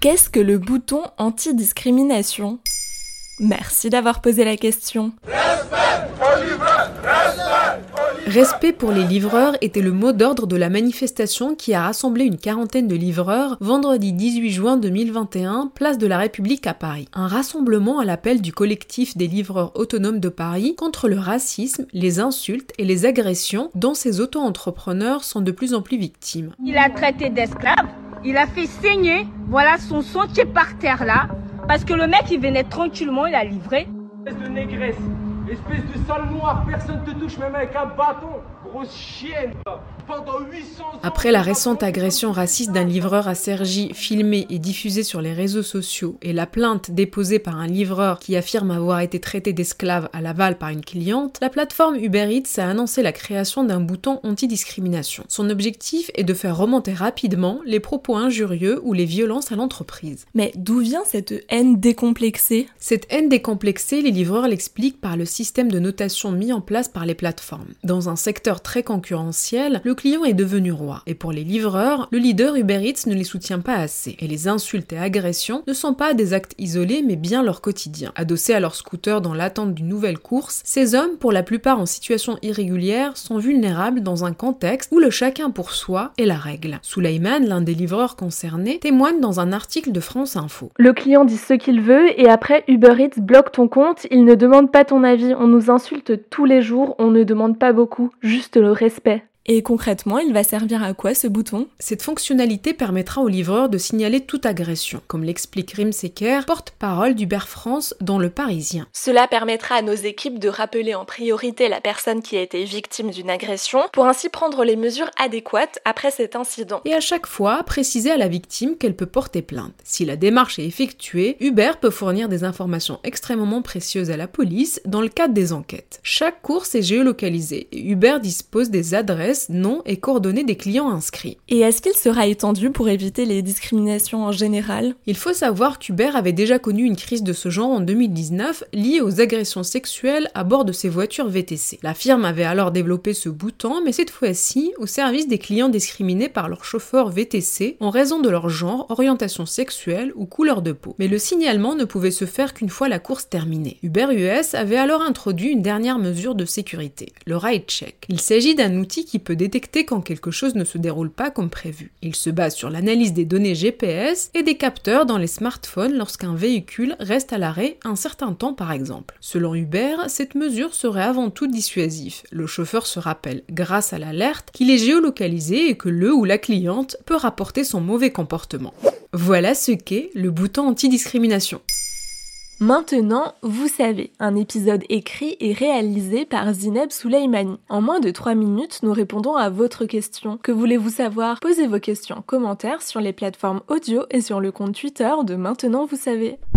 Qu'est-ce que le bouton anti-discrimination ? Merci d'avoir posé la question. Respect pour les livreurs était le mot d'ordre de la manifestation qui a rassemblé une quarantaine de livreurs vendredi 18 juin 2021, place de la République à Paris. Un rassemblement à l'appel du collectif des livreurs autonomes de Paris contre le racisme, les insultes et les agressions dont ces auto-entrepreneurs sont de plus en plus victimes. Il a traité d'esclave, il a fait saigner, voilà son sang qui est par terre là, parce que le mec il venait tranquillement, il a livré. Espèce de négresse, espèce de sale noir, personne te touche même avec un bâton, grosse chienne. Pendant 800 ans, après la récente agression raciste d'un livreur à Cergy, filmée et diffusée sur les réseaux sociaux, et la plainte déposée par un livreur qui affirme avoir été traité d'esclave à Laval par une cliente, la plateforme Uber Eats a annoncé la création d'un bouton anti-discrimination. Son objectif est de faire remonter rapidement les propos injurieux ou les violences à l'entreprise. Mais d'où vient cette haine décomplexée ? Cette haine décomplexée, les livreurs l'expliquent par le système de notation mis en place par les plateformes. Dans un secteur très concurrentiel, le client est devenu roi. Et pour les livreurs, le leader Uber Eats ne les soutient pas assez. Et les insultes et agressions ne sont pas des actes isolés, mais bien leur quotidien. Adossés à leur scooter dans l'attente d'une nouvelle course, ces hommes, pour la plupart en situation irrégulière, sont vulnérables dans un contexte où le chacun pour soi est la règle. Souleymane, l'un des livreurs concernés, témoigne dans un article de France Info. Le client dit ce qu'il veut et après Uber Eats bloque ton compte, il ne demande pas ton avis, on nous insulte tous les jours, on ne demande pas beaucoup, juste le respect. Et concrètement, il va servir à quoi ce bouton ? Cette fonctionnalité permettra aux livreurs de signaler toute agression, comme l'explique Rim Secker, porte-parole d'Uber France dans Le Parisien. Cela permettra à nos équipes de rappeler en priorité la personne qui a été victime d'une agression pour ainsi prendre les mesures adéquates après cet incident. Et à chaque fois, préciser à la victime qu'elle peut porter plainte. Si la démarche est effectuée, Uber peut fournir des informations extrêmement précieuses à la police dans le cadre des enquêtes. Chaque course est géolocalisée et Uber dispose des adresses, noms et coordonnées des clients inscrits. Et est-ce qu'il sera étendu pour éviter les discriminations en général ? Il faut savoir qu'Uber avait déjà connu une crise de ce genre en 2019 liée aux agressions sexuelles à bord de ses voitures VTC. La firme avait alors développé ce bouton, mais cette fois-ci au service des clients discriminés par leurs chauffeurs VTC en raison de leur genre, orientation sexuelle ou couleur de peau. Mais le signalement ne pouvait se faire qu'une fois la course terminée. Uber US avait alors introduit une dernière mesure de sécurité, le ride check. Il s'agit d'un outil qui peut détecter quand quelque chose ne se déroule pas comme prévu. Il se base sur l'analyse des données GPS et des capteurs dans les smartphones lorsqu'un véhicule reste à l'arrêt un certain temps par exemple. Selon Uber, cette mesure serait avant tout dissuasive. Le chauffeur se rappelle, grâce à l'alerte, qu'il est géolocalisé et que le ou la cliente peut rapporter son mauvais comportement. Voilà ce qu'est le bouton anti-discrimination. Maintenant, vous savez, un épisode écrit et réalisé par Zineb Souleymani. En moins de 3 minutes, nous répondons à votre question. Que voulez-vous savoir ? Posez vos questions en commentaire sur les plateformes audio et sur le compte Twitter de Maintenant vous savez.